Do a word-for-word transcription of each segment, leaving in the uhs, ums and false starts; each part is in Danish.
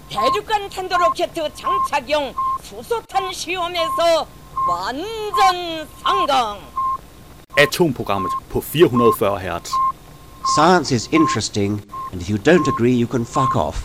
대륙간 탄도로켓 장착용 수소탄 시험에서 완전 성공. Atomprogrammet på fire hundrede og fyrre hertz. Science is interesting, and if you don't agree, you can fuck off.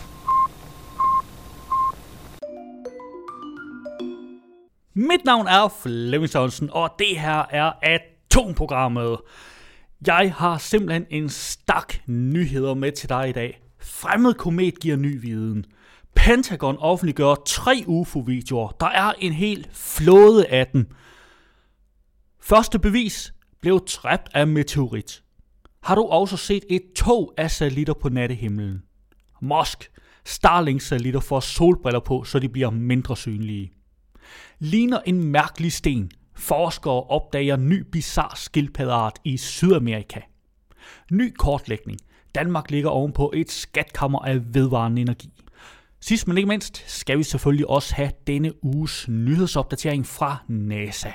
Mit navn er Flemming Sørensen, og det her er Atomprogrammet. Jeg har simpelthen en stak nyheder med til dig i dag. Fremmed komet giver ny viden. Pentagon offentliggør tre U F O-videoer. Der er en hel flåde af dem. Første bevis blev dræbt af meteorit. Har du også set et tog af satellitter på nattehimlen? Musk, Starlink-satellitter får solbriller på, så de bliver mindre synlige. Ligner en mærkelig sten. Forskere opdager ny bizarre skildpaddeart i Sydamerika. Ny kortlægning. Danmark ligger ovenpå et skatkammer af vedvarende energi. Sidst men ikke mindst skal vi selvfølgelig også have denne uges nyhedsopdatering fra NASA.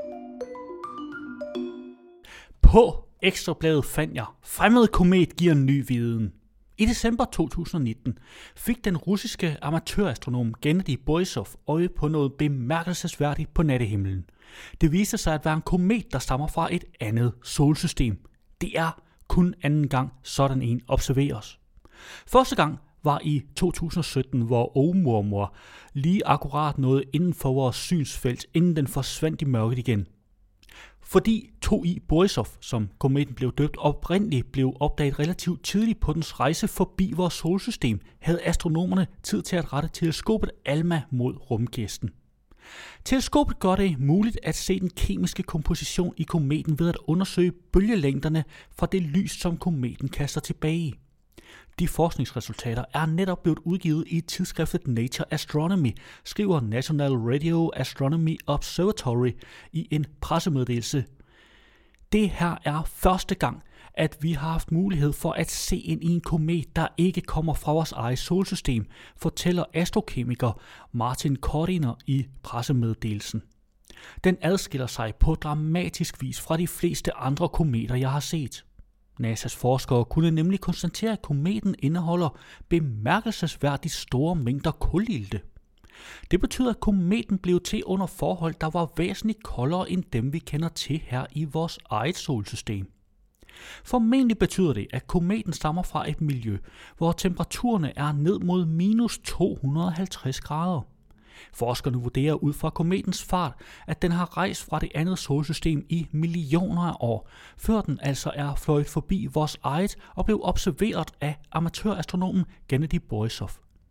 På Ekstrabladet fandt jeg, fremmed komet giver ny viden. I december to tusind nitten fik den russiske amatørastronom Gennady Borisov øje på noget bemærkelsesværdigt på nattehimlen. Det viste sig at være en komet, der stammer fra et andet solsystem. Det er kun anden gang sådan en observeres. Første gang var i to tusind sytten, hvor Oumuamua lige akkurat nåede inden for vores synsfelt, inden den forsvandt i mørket igen. Fordi to I Borisov, som kometen blev døbt, oprindeligt blev opdaget relativt tidligt på dens rejse forbi vores solsystem, havde astronomerne tid til at rette teleskopet ALMA mod rumgæsten. Teleskopet gør det muligt at se den kemiske komposition i kometen ved at undersøge bølgelængderne fra det lys, som kometen kaster tilbage. De forskningsresultater er netop blevet udgivet i tidsskriftet Nature Astronomy, skriver National Radio Astronomy Observatory i en pressemeddelelse. Det her er første gang, at vi har haft mulighed for at se ind i en komet, der ikke kommer fra vores eget solsystem, fortæller astrokemiker Martin Cordiner i pressemeddelelsen. Den adskiller sig på dramatisk vis fra de fleste andre kometer, jeg har set. N A S A's forskere kunne nemlig konstatere, at kometen indeholder bemærkelsesværdigt store mængder kulilte. Det betyder, at kometen blev til under forhold, der var væsentligt koldere end dem, vi kender til her i vores eget solsystem. Formentlig betyder det, at kometen stammer fra et miljø, hvor temperaturerne er ned mod minus to hundrede og halvtreds grader. Forskerne vurderer ud fra kometens fart, at den har rejst fra det andet solsystem i millioner af år, før den altså er fløjet forbi vores eget og blev observeret af amatørastronomen Gennady Borisov.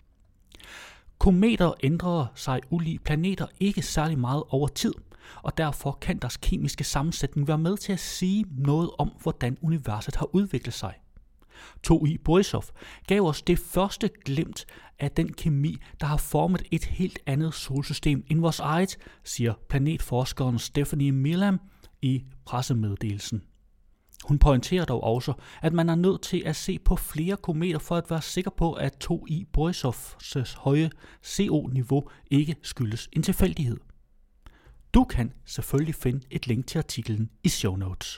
Kometer ændrer sig ulig planeter ikke særlig meget over tid, og derfor kan deres kemiske sammensætning være med til at sige noget om, hvordan universet har udviklet sig. to I Borisov gav os det første glimt af den kemi, der har formet et helt andet solsystem end vores eget, siger planetforskeren Stephanie Milam i pressemeddelelsen. Hun pointerer dog også, at man er nødt til at se på flere kometer for at være sikker på, at to I Borisovs høje C O-niveau ikke skyldes en tilfældighed. Du kan selvfølgelig finde et link til artiklen i show notes.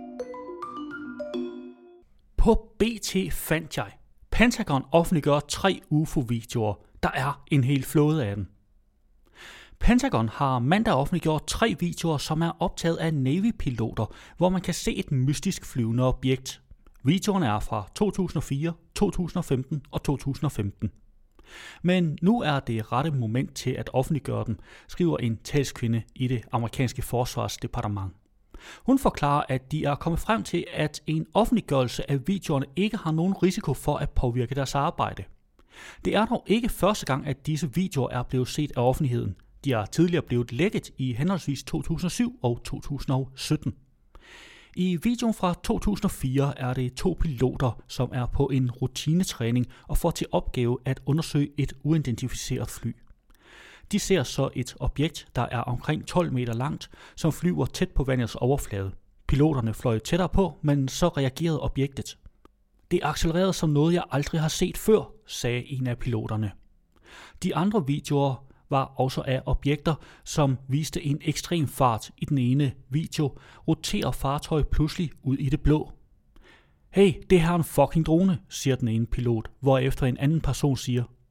På B T fandt jeg, Pentagon offentliggør tre U F O-videoer. Der er en hel flåde af dem. Pentagon har mandag offentliggjort tre videoer, som er optaget af Navy-piloter, hvor man kan se et mystisk flyvende objekt. Videoerne er fra to tusind og fire, to tusind og femten og to tusind og femten. Men nu er det rette moment til at offentliggøre dem, skriver en talskvinde i det amerikanske forsvarsdepartement. Hun forklarer, at de er kommet frem til, at en offentliggørelse af videoerne ikke har nogen risiko for at påvirke deres arbejde. Det er dog ikke første gang, at disse videoer er blevet set af offentligheden. De er tidligere blevet lækket i henholdsvis to tusind og syv og to tusind og sytten. I videoen fra to tusind og fire er det to piloter, som er på en rutinetræning og får til opgave at undersøge et uidentificeret fly. De ser så et objekt, der er omkring tolv meter langt, som flyver tæt på vandets overflade. Piloterne fløj tættere på, men så reagerede objektet. Det accelererede som noget, jeg aldrig har set før, sagde en af piloterne. De andre videoer var også af objekter, som viste en ekstrem fart. I den ene video roterer fartøjet pludselig ud i det blå. Hey, det her er en fucking drone, siger den ene pilot, hvorefter en anden person siger,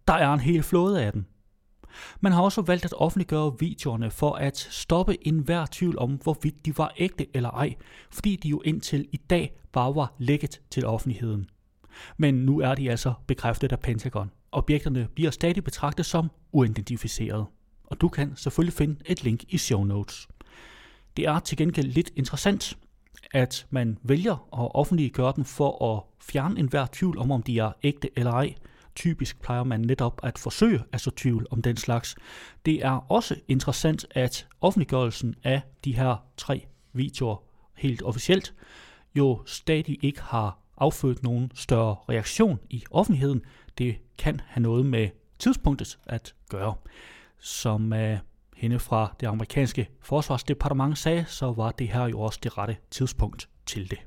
Der er en hel flåde af dem. Man har også valgt at offentliggøre videoerne for at stoppe enhver tvivl om, hvorvidt de var ægte eller ej, fordi de jo indtil i dag bare var lækket til offentligheden. Men nu er de altså bekræftet af Pentagon. Objekterne bliver stadig betragtet som uidentificeret. Og du kan selvfølgelig finde et link i show notes. Det er til gengæld lidt interessant, at man vælger at offentliggøre den for at fjerne enhver tvivl om, om de er ægte eller ej. Typisk plejer man netop at forsøge at så tvivl om den slags. Det er også interessant, at offentliggørelsen af de her tre videoer helt officielt jo stadig ikke har affødt nogen større reaktion i offentligheden. Det kan have noget med tidspunktet at gøre. Som uh, hende fra det amerikanske forsvarsdepartement sagde, så var det her jo også det rette tidspunkt til det.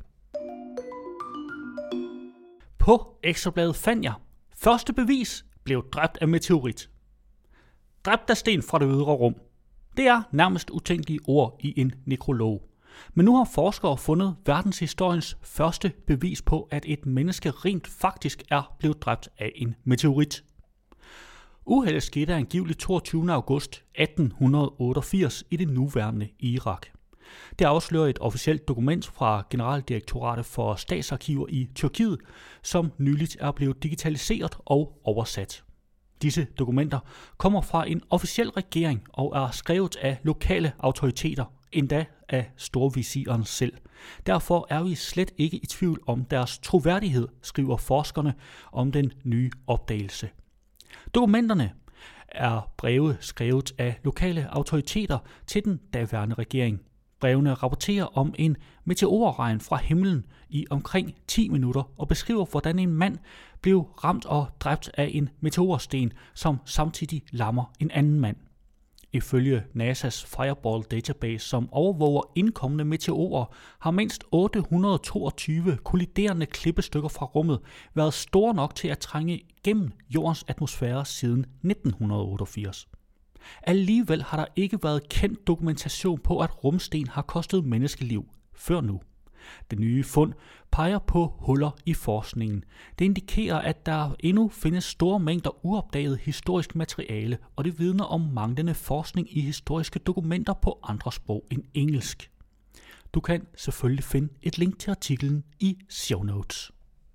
På Ekstrabladet fandt jeg: første bevis blev dræbt af meteorit. Dræbt af sten fra det ydre rum. Det er nærmest utænkelige ord i en nekrolog. Men nu har forskere fundet verdenshistoriens første bevis på, at et menneske rent faktisk er blevet dræbt af en meteorit. Uheldet skete angiveligt toogtyvende august atten otteogfirs i det nuværende Irak. Det afslører et officielt dokument fra Generaldirektoratet for Statsarkiver i Tyrkiet, som nyligt er blevet digitaliseret og oversat. Disse dokumenter kommer fra en officiel regering og er skrevet af lokale autoriteter, endda af storvisiren selv. Derfor er vi slet ikke i tvivl om deres troværdighed, skriver forskerne om den nye opdagelse. Dokumenterne er breve skrevet af lokale autoriteter til den daværende regering. Brevene rapporterer om en meteorregn fra himlen i omkring ti minutter og beskriver, hvordan en mand blev ramt og dræbt af en meteorsten, som samtidig lammer en anden mand. Ifølge NASA's Fireball Database, som overvåger indkommende meteorer, har mindst otte hundrede og toogtyve kolliderende klippestykker fra rummet været store nok til at trænge gennem jordens atmosfære siden nitten otteogfirs. Alligevel har der ikke været kendt dokumentation på, at rumsten har kostet menneskeliv før nu. Det nye fund peger på huller i forskningen. Det indikerer, at der endnu findes store mængder uopdaget historisk materiale, og det vidner om manglende forskning i historiske dokumenter på andre sprog end engelsk. Du kan selvfølgelig finde et link til artiklen i show notes.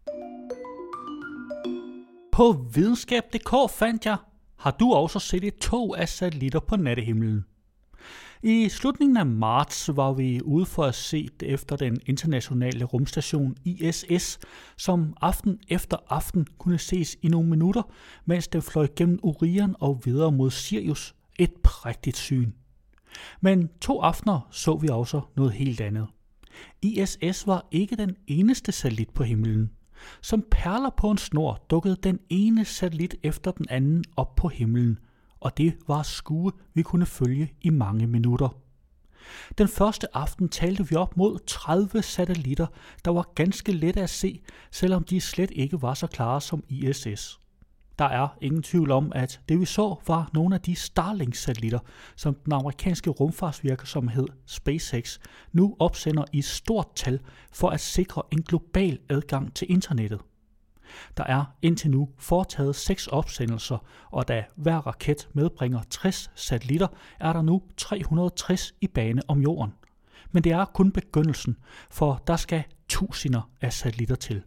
På videnskab punktum d k fandt jeg: har du også set et tog af satellitter på nattehimlen? I slutningen af marts var vi ude for at se efter den internationale rumstation I S S, som aften efter aften kunne ses i nogle minutter, mens den fløj gennem Orion og videre mod Sirius. Et prægtigt syn. Men to aftener så vi også noget helt andet. I S S var ikke den eneste satellit på himlen. Som perler på en snor dukkede den ene satellit efter den anden op på himlen, og det var skue, vi kunne følge i mange minutter. Den første aften talte vi op mod tredive satellitter, der var ganske lette at se, selvom de slet ikke var så klare som I S S. Der er ingen tvivl om, at det vi så var nogle af de Starlink-satellitter, som den amerikanske rumfartsvirksomhed SpaceX nu opsender i stort tal for at sikre en global adgang til internettet. Der er indtil nu foretaget seks opsendelser, og da hver raket medbringer tres satellitter, er der nu tre hundrede og tres i bane om jorden. Men det er kun begyndelsen, for der skal tusinder af satellitter til.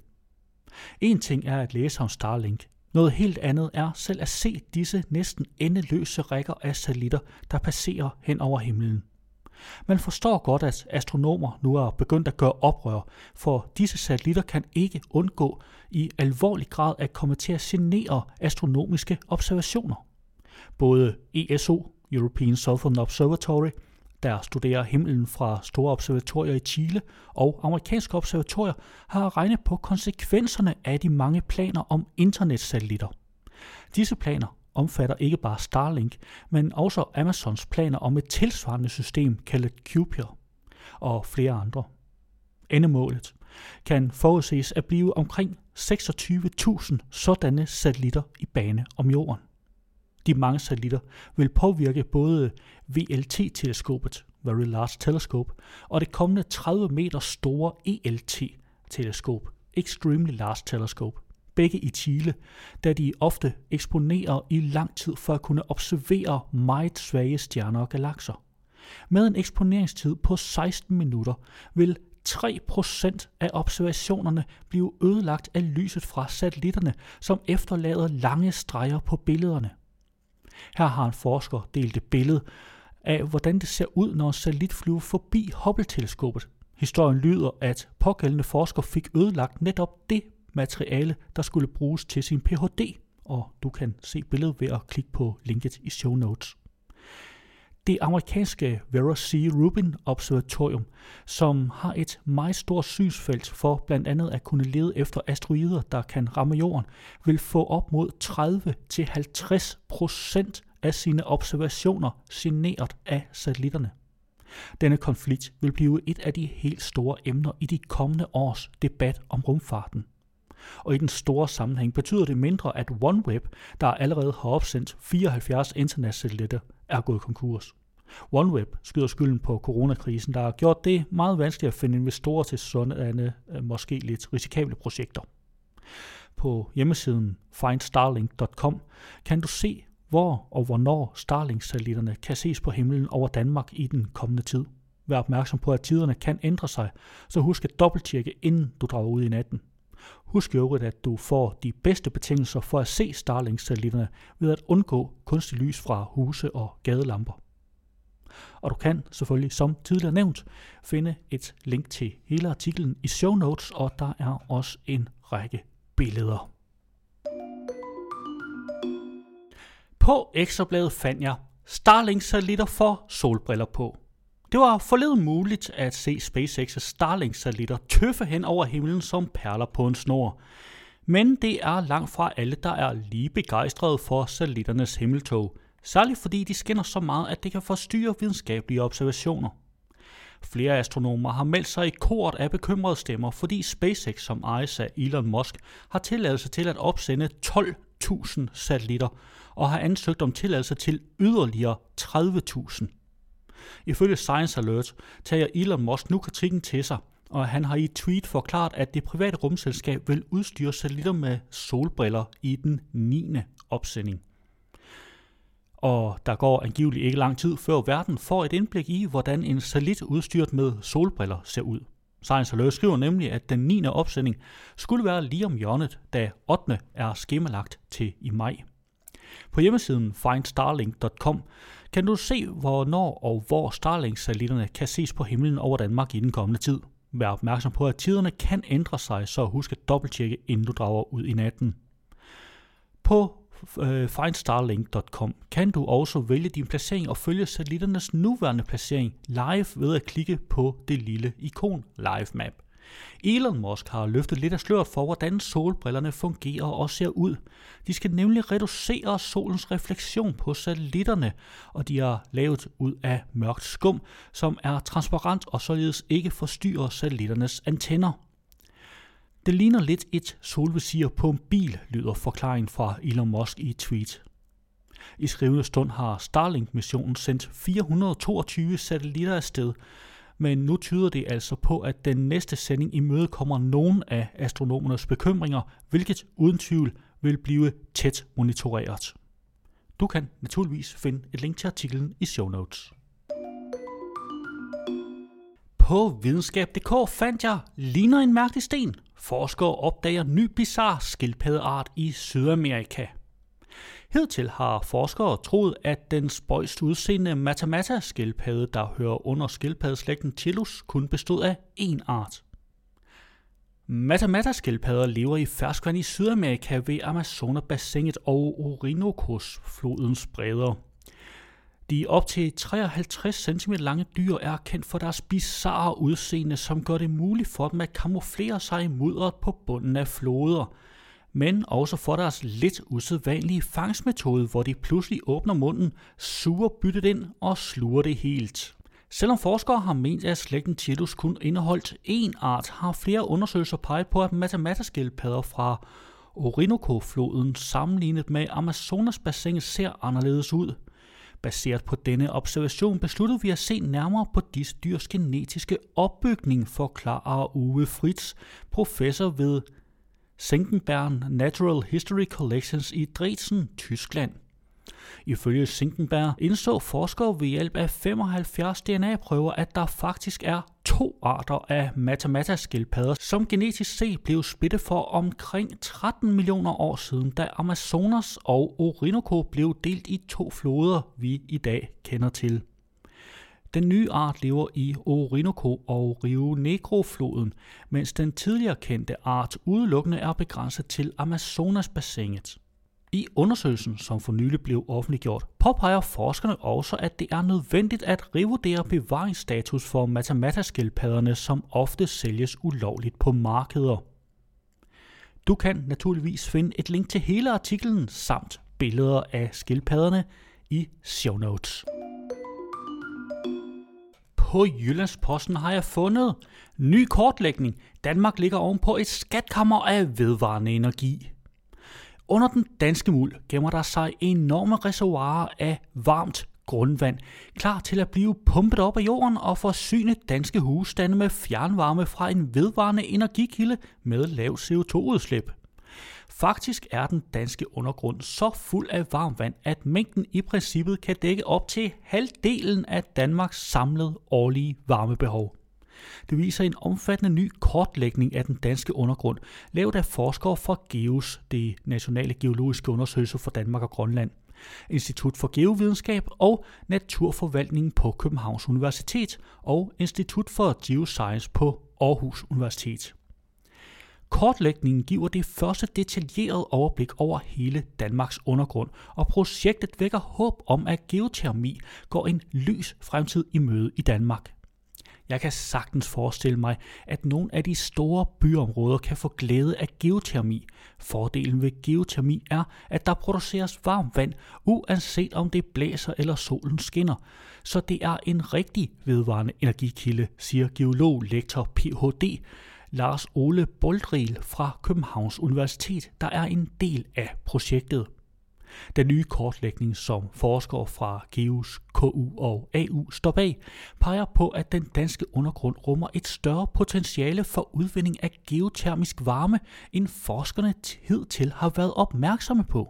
En ting er at læse om Starlink. Noget helt andet er selv at se disse næsten endeløse rækker af satellitter, der passerer hen over himlen. Man forstår godt, at astronomer nu er begyndt at gøre oprør, for disse satellitter kan ikke undgå i alvorlig grad at komme til at genere astronomiske observationer. Både E S O, European Southern Observatory, der studerer himlen fra store observatorier i Chile, og amerikanske observatorier har regnet på konsekvenserne af de mange planer om internetsatellitter. Disse planer omfatter ikke bare Starlink, men også Amazons planer om et tilsvarende system kaldet Kuiper og flere andre. Endemålet kan forudses at blive omkring seksogtyve tusind sådanne satellitter i bane om jorden. De mange satellitter vil påvirke både V L T-teleskopet, Very Large Telescope, og det kommende tredive meter store E L T-teleskop, Extremely Large Telescope. begge i Chile, da de ofte eksponerer i lang tid for at kunne observere meget svage stjerner og galakser. Med en eksponeringstid på seksten minutter vil tre procent af observationerne blive ødelagt af lyset fra satellitterne, som efterlader lange streger på billederne. Her har en forsker delt et billede af, hvordan det ser ud, når en satellit flyver forbi Hubble-teleskopet. Historien lyder, at pågældende forsker fik ødelagt netop det materiale, der skulle bruges til sin P H D, og du kan se billedet ved at klikke på linket i show notes. Det amerikanske Vera C. Rubin Observatorium, som har et meget stort synsfelt for blandt andet at kunne lede efter asteroider, der kan ramme jorden, vil få op mod tredive til halvtreds procent af sine observationer generet af satellitterne. Denne konflikt vil blive et af de helt store emner i de kommende års debat om rumfarten. Og i den store sammenhæng betyder det mindre, at OneWeb, der allerede har opsendt fireoghalvfjerds internetsatellitter, er gået konkurs. OneWeb skyder skylden på coronakrisen, der har gjort det meget vanskeligt at finde investorer til sådanne måske lidt risikable projekter. På hjemmesiden find starlink punktum com kan du se, hvor og hvornår Starlink-satellitterne kan ses på himlen over Danmark i den kommende tid. Vær opmærksom på, at tiderne kan ændre sig, så husk at dobbelttjekke, inden du drager ud i natten. Husk i øvrigt, at du får de bedste betingelser for at se Starlink-satellitterne ved at undgå kunstig lys fra huse og gadelamper. Og du kan selvfølgelig, som tidligere nævnt, finde et link til hele artiklen i show notes, og der er også en række billeder. På Ekstrabladet fandt jeg Starlink-satellitter for solbriller på. Det var forleden muligt at se SpaceX's Starlink-satellitter tøffe hen over himlen som perler på en snor. Men det er langt fra alle, der er lige begejstrede for satellitternes himmeltog, særligt fordi de skinner så meget, at det kan forstyrre videnskabelige observationer. Flere astronomer har meldt sig i koret af bekymrede stemmer, fordi SpaceX, som ejes af Elon Musk, har tilladelse til at opsende tolv tusind satellitter og har ansøgt om tilladelse til yderligere tredive tusind. Ifølge Science Alert tager Elon Musk nu kritikken til sig, og han har i et tweet forklaret, at det private rumselskab vil udstyre satellitter med solbriller i den niende opsending. Og der går angiveligt ikke lang tid før verden får et indblik i, hvordan en satellit udstyret med solbriller ser ud. Science Alert skriver nemlig, at den niende opsending skulle være lige om hjørnet, da ottende er skemalagt til i maj. På hjemmesiden find starlink punktum com kan du se, hvornår og hvor Starlink-satellitterne kan ses på himlen over Danmark i den kommende tid. Vær opmærksom på, at tiderne kan ændre sig, så husk at dobbelttjekke, inden du drager ud i natten. På øh, find starlink punktum com kan du også vælge din placering og følge satellitternes nuværende placering live ved at klikke på det lille ikon Live Map. Elon Musk har løftet lidt af sløret for, hvordan solbrillerne fungerer og ser ud. De skal nemlig reducere solens refleksion på satellitterne, og de er lavet ud af mørkt skum, som er transparent og således ikke forstyrrer satellitternes antenner. Det ligner lidt et solvisir på en bil, lyder forklaringen fra Elon Musk i et tweet. I skrivende stund har Starlink-missionen sendt fire hundrede og toogtyve satellitter afsted, men nu tyder det altså på, at den næste sending imødekommer nogle af astronomernes bekymringer, hvilket uden tvivl vil blive tæt monitoreret. Du kan naturligvis finde et link til artiklen i show notes. På videnskab punktum d k fandt jeg ligner en mærkelig sten. Forskere opdager ny bizarre skildpaddeart i Sydamerika. Hidtil har forskere troet, at den spøjst udseende Matamata-skildpadde, der hører under skildpaddeslægten Tillus, kun bestod af én art. Matamata-skildpadder lever i ferskvand i Sydamerika ved Amazonas-bassinet og Orinoco-flodens bredder. De op til treoghalvtreds centimeter lange dyr er kendt for deres bizarre udseende, som gør det muligt for dem at kamuflere sig i mudderet på bunden af floder, men også for deres lidt usædvanlige fangstmetode, hvor de pludselig åbner munden, suger byttet ind og sluger det helt. Selvom forskere har ment, at slægten Tillus kun indeholdt én art, har flere undersøgelser peget på, at Matamata-skildpadder fra Orinoco-floden sammenlignet med Amazonas-bassinet ser anderledes ud. Baseret på denne observation besluttede vi at se nærmere på disse dyrs genetiske opbygning, forklarer Uwe Fritz, professor ved Senckenberg Natural History Collections i Dresden, Tyskland. Ifølge Senckenberg indså forskere ved hjælp af femoghalvfjerds D N A-prøver, at der faktisk er to arter af Matamata-skildpadder, som genetisk set blev splittet for omkring tretten millioner år siden, da Amazonas og Orinoco blev delt i to floder, vi i dag kender til. Den nye art lever i Orinoco og Rio Negro-floden, mens den tidligere kendte art udelukkende er begrænset til Amazonas-bassinet. I undersøgelsen, som for nylig blev offentliggjort, påpeger forskerne også, at det er nødvendigt at revurdere bevaringsstatus for Matamata-skildpadderne, som ofte sælges ulovligt på markeder. Du kan naturligvis finde et link til hele artiklen samt billeder af skildpadderne i show notes. På Jyllandsposten har jeg fundet ny kortlægning. Danmark ligger ovenpå et skatkammer af vedvarende energi. Under den danske muld gemmer der sig enorme reservoirer af varmt grundvand, klar til at blive pumpet op af jorden og forsyne danske husstande med fjernvarme fra en vedvarende energikilde med lav C O to udslip. Faktisk er den danske undergrund så fuld af varmt vand, at mængden i princippet kan dække op til halvdelen af Danmarks samlede årlige varmebehov. Det viser en omfattende ny kortlægning af den danske undergrund, lavet af forskere fra GEOS, det nationale geologiske undersøgelse for Danmark og Grønland, Institut for Geovidenskab og Naturforvaltningen på Københavns Universitet og Institut for Geoscience på Aarhus Universitet. Kortlægningen giver det første detaljerede overblik over hele Danmarks undergrund, og projektet vækker håb om, at geotermi går en lys fremtid i møde i Danmark. Jeg kan sagtens forestille mig, at nogle af de store byområder kan få glæde af geotermi. Fordelen ved geotermi er, at der produceres varmt vand, uanset om det blæser eller solen skinner. Så det er en rigtig vedvarende energikilde, siger geolog, lektor, P H D Lars Ole Boldriel fra Københavns Universitet, der er en del af projektet. Den nye kortlægning, som forskere fra GEOS, K U og A U står bag, peger på, at den danske undergrund rummer et større potentiale for udvinding af geotermisk varme, end forskerne hidtil har været opmærksomme på.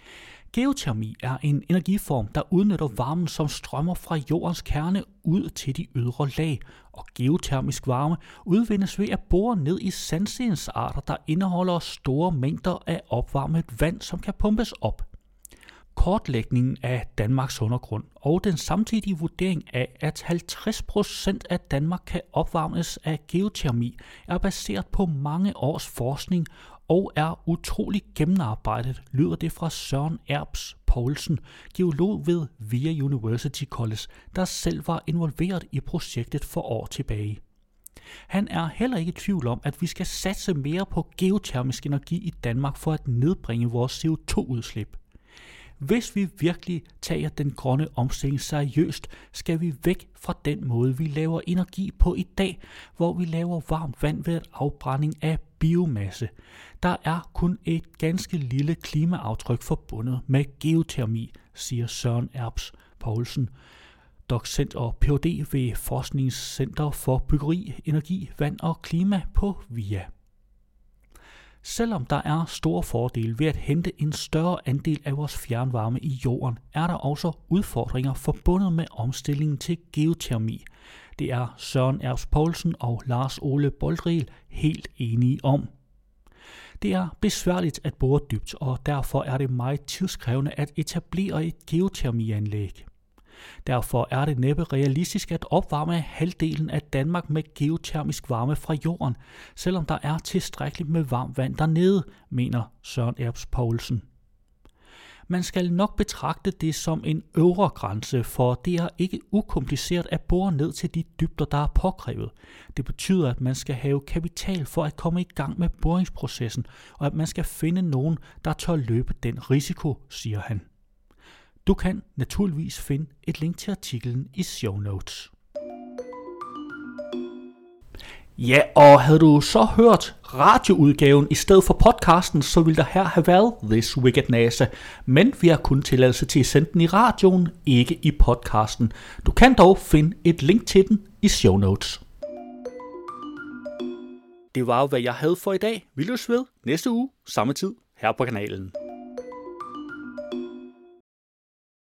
Geotermi er en energiform, der udnytter varmen, som strømmer fra jordens kerne ud til de ydre lag, og geotermisk varme udvindes ved at bore ned i sandstensarter, der indeholder store mængder af opvarmet vand, som kan pumpes op. Kortlægningen af Danmarks undergrund og den samtidige vurdering af, at halvtreds procent af Danmark kan opvarmes af geotermi, er baseret på mange års forskning og er utrolig gennemarbejdet, lyder det fra Søren Erbs Poulsen, geolog ved VIA University College, der selv var involveret i projektet for år tilbage. Han er heller ikke i tvivl om, at vi skal satse mere på geotermisk energi i Danmark for at nedbringe vores C O to udslip. Hvis vi virkelig tager den grønne omstilling seriøst, skal vi væk fra den måde, vi laver energi på i dag, hvor vi laver varmt vand ved afbrænding af biomasse. Der er kun et ganske lille klimaaftryk forbundet med geotermi, siger Søren Erbs Poulsen, docent og P H D ved Forskningscenter for Byggeri, Energi, Vand og Klima på VIA. Selvom der er store fordele ved at hente en større andel af vores fjernvarme i jorden, er der også udfordringer forbundet med omstillingen til geotermi. Det er Søren Erbs Poulsen og Lars Ole Boldriel helt enige om. Det er besværligt at bore dybt, og derfor er det meget tidskrævende at etablere et geotermianlæg. Derfor er det næppe realistisk at opvarme halvdelen af Danmark med geotermisk varme fra jorden, selvom der er tilstrækkeligt med varmt vand dernede, mener Søren Erbs Poulsen. Man skal nok betragte det som en øvre grænse, for det er ikke ukompliceret at bore ned til de dybder, der er påkrævet. Det betyder, at man skal have kapital for at komme i gang med boringsprocessen, og at man skal finde nogen, der tør løbe den risiko, siger han. Du kan naturligvis finde et link til artiklen i show notes. Ja, og havde du så hørt radioudgaven i stedet for podcasten, så ville der her have været This Week at NASA. Men vi har kun tilladelse til at sende den i radioen, ikke i podcasten. Du kan dog finde et link til den i show notes. Det var jo, hvad jeg havde for i dag. Vi løs ved næste uge, samme tid, her på kanalen.